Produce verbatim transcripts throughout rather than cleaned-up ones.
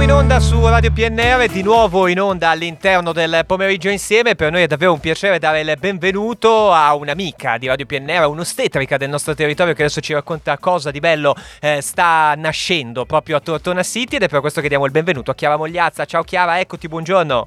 in onda su Radio P N R, di nuovo in onda all'interno del pomeriggio insieme. Per noi è davvero un piacere dare il benvenuto a un'amica di Radio P N R, un'ostetrica del nostro territorio che adesso ci racconta cosa di bello eh, sta nascendo proprio a Tortona City, ed è per questo che diamo il benvenuto a Chiara Mogliazza. Ciao Chiara, eccoti, buongiorno.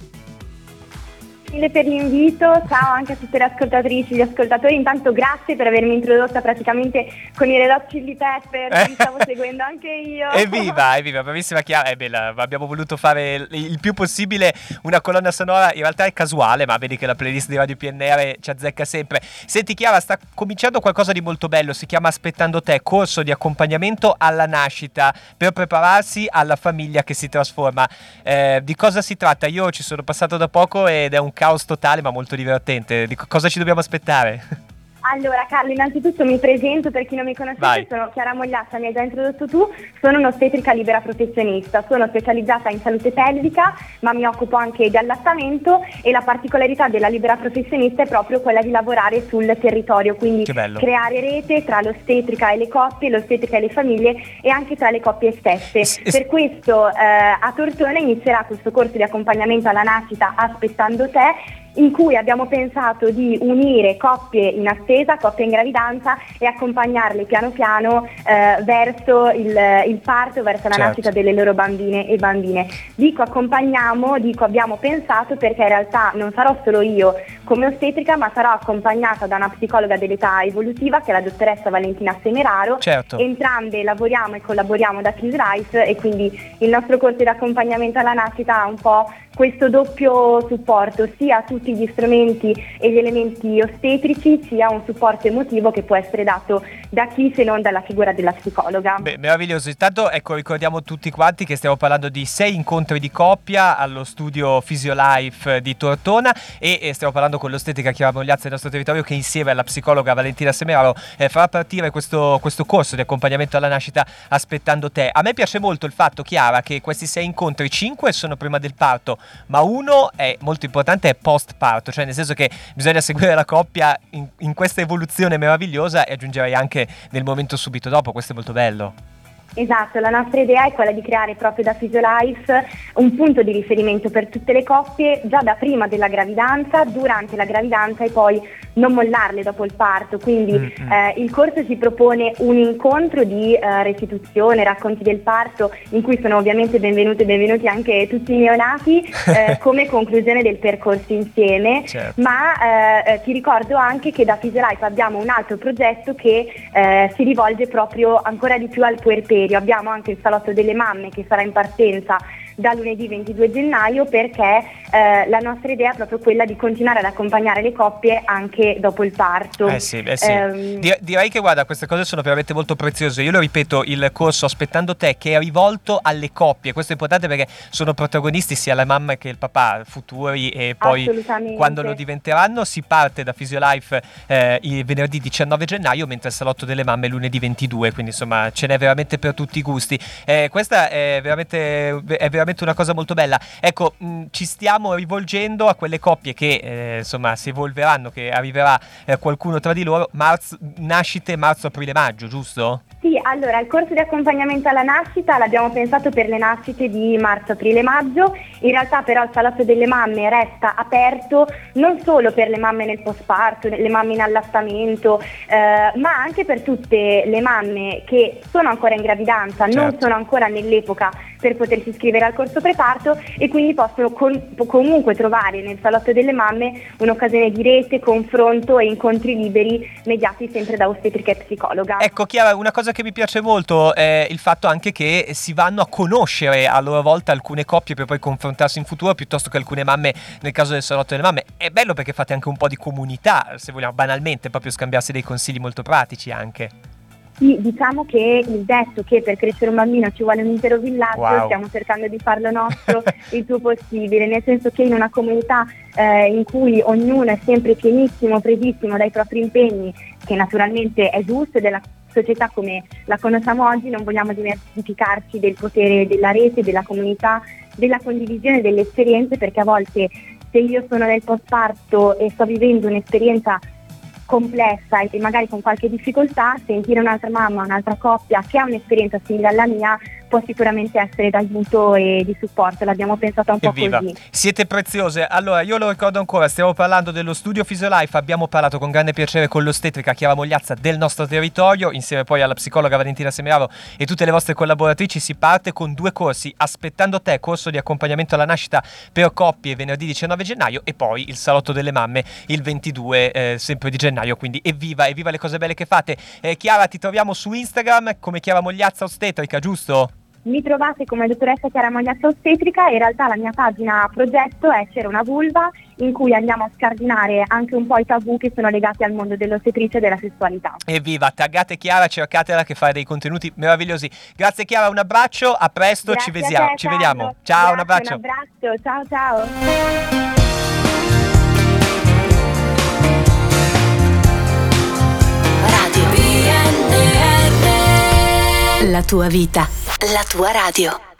Grazie per l'invito, ciao anche a tutte le ascoltatrici e gli ascoltatori. Intanto grazie per avermi introdotta praticamente con i Red Hot Chili Peppers, vi stavo seguendo anche io. Evviva, evviva, bravissima Chiara. Eh bella, abbiamo voluto fare il più possibile una colonna sonora, in realtà è casuale, ma vedi che la playlist di Radio P N R ci azzecca sempre. Senti Chiara, sta cominciando qualcosa di molto bello, si chiama Aspettando te, corso di accompagnamento alla nascita per prepararsi alla famiglia che si trasforma. Eh, di cosa si tratta? Io ci sono passato da poco ed è un caos totale ma molto divertente. Di cosa ci dobbiamo aspettare? Allora Carlo, innanzitutto mi presento per chi non mi conosce. Vai. Sono Chiara Mogliazza, mi hai già introdotto tu, sono un'ostetrica libera professionista, sono specializzata in salute pelvica ma mi occupo anche di allattamento, e la particolarità della libera professionista è proprio quella di lavorare sul territorio, quindi creare rete tra l'ostetrica e le coppie, l'ostetrica e le famiglie e anche tra le coppie stesse. Es- es- per questo eh, a Tortona inizierà questo corso di accompagnamento alla nascita Aspettando te, in cui abbiamo pensato di unire coppie in attesa, coppie in gravidanza, e accompagnarle piano piano eh, verso il, il parto, verso la certo. nascita delle loro bambine e bambine. Dico accompagniamo, dico abbiamo pensato, perché in realtà non sarò solo io come ostetrica, ma sarò accompagnata da una psicologa dell'età evolutiva che è la dottoressa Valentina Semeraro. Certo. Entrambe lavoriamo e collaboriamo da Kids Life, e quindi il nostro corso di accompagnamento alla nascita ha un po' questo doppio supporto, sia tutti gli strumenti e gli elementi ostetrici, sia un supporto emotivo che può essere dato da chi se non dalla figura della psicologa. Beh, meraviglioso. Intanto ecco, ricordiamo tutti quanti che stiamo parlando di sei incontri di coppia allo studio Physiolife di Tortona, e, e stiamo parlando con l'ostetrica Chiara Mogliazza del nostro territorio, che insieme alla psicologa Valentina Semeraro eh, farà partire questo, questo corso di accompagnamento alla nascita Aspettando te. A me piace molto il fatto, Chiara, che questi sei incontri, cinque sono prima del parto, ma uno è molto importante, è post parto, cioè nel senso che bisogna seguire la coppia in, in questa evoluzione meravigliosa, e aggiungerei anche nel momento subito dopo. Questo è molto bello. Esatto, la nostra idea è quella di creare proprio da Physiolife un punto di riferimento per tutte le coppie già da prima della gravidanza, durante la gravidanza, e poi non mollarle dopo il parto. Quindi mm-hmm. eh, il corso si propone un incontro di eh, restituzione, racconti del parto, in cui sono ovviamente benvenuti e benvenuti anche tutti i neonati eh, come conclusione del percorso insieme. Certo. Ma eh, ti ricordo anche che da Physiolife abbiamo un altro progetto che eh, si rivolge proprio ancora di più al puerperio. Abbiamo anche il salotto delle mamme che sarà in partenza da lunedì ventidue gennaio, perché eh, la nostra idea è proprio quella di continuare ad accompagnare le coppie anche dopo il parto. Eh sì, eh sì. Um, Dir- direi che guarda, queste cose sono veramente molto preziose. Io lo ripeto, il corso Aspettando te, che è rivolto alle coppie, questo è importante perché sono protagonisti sia la mamma che il papà futuri, e poi quando lo diventeranno. Si parte da Physiolife eh, il venerdì diciannove gennaio, mentre il salotto delle mamme è lunedì ventidue, quindi insomma ce n'è veramente per tutti i gusti. Eh, questa è veramente, è veramente una cosa molto bella. Ecco, mh, ci stiamo rivolgendo a quelle coppie che eh, insomma si evolveranno, che arriverà eh, qualcuno tra di loro. Marzo, nascite marzo, aprile, maggio, giusto? Sì, allora il corso di accompagnamento alla nascita l'abbiamo pensato per le nascite di marzo, aprile, maggio. In realtà però il salotto delle mamme resta aperto non solo per le mamme nel postparto, le mamme in allattamento, eh, ma anche per tutte le mamme che sono ancora in gravidanza, certo. non sono ancora nell'epoca per potersi iscrivere al corso preparto, e quindi possono con, comunque trovare nel salotto delle mamme un'occasione di rete, confronto e incontri liberi mediati sempre da ostetrica e psicologa. Ecco Chiara, una cosa che mi piace molto è il fatto anche che si vanno a conoscere a loro volta alcune coppie per poi confrontarsi in futuro, piuttosto che alcune mamme nel caso del salotto delle mamme. È bello perché fate anche un po' di comunità, se vogliamo, banalmente, proprio scambiarsi dei consigli molto pratici anche. Sì, diciamo che il detto che per crescere un bambino ci vuole un intero villaggio, wow. stiamo cercando di farlo nostro il più possibile, nel senso che in una comunità eh, in cui ognuno è sempre pienissimo, presissimo dai propri impegni, che naturalmente è giusto, della società come la conosciamo oggi, non vogliamo dimenticarci del potere della rete, della comunità, della condivisione delle esperienze, perché a volte se io sono nel postparto e sto vivendo un'esperienza complessa e magari con qualche difficoltà, sentire un'altra mamma, un'altra coppia che ha un'esperienza simile alla mia può sicuramente essere d'aiuto e di supporto. L'abbiamo pensata un po' Evviva. così. Siete preziose. Allora, io lo ricordo ancora, stiamo parlando dello Studio Fisiolife, abbiamo parlato con grande piacere con l'ostetrica Chiara Mogliazza del nostro territorio, insieme poi alla psicologa Valentina Semeraro e tutte le vostre collaboratrici. Si parte con due corsi: Aspettando te, corso di accompagnamento alla nascita per coppie, venerdì diciannove gennaio, e poi il salotto delle mamme il ventidue eh, sempre di gennaio. Quindi evviva, evviva le cose belle che fate. eh, Chiara, ti troviamo su Instagram come Chiara Mogliazza Ostetrica, giusto? Mi trovate come dottoressa Chiara Mogliazza Ostetrica. In realtà la mia pagina progetto è C'era una vulva, in cui andiamo a scardinare anche un po' i tabù che sono legati al mondo dell'ostetricia e della sessualità. Evviva, taggate Chiara, cercatela che fa dei contenuti meravigliosi. Grazie Chiara, un abbraccio, a presto, Grazie ci, a vesiamo, te, ci Carlo. vediamo. Ciao, un Grazie, abbraccio. Un abbraccio, ciao ciao. Radio B N R. La tua vita, la tua radio.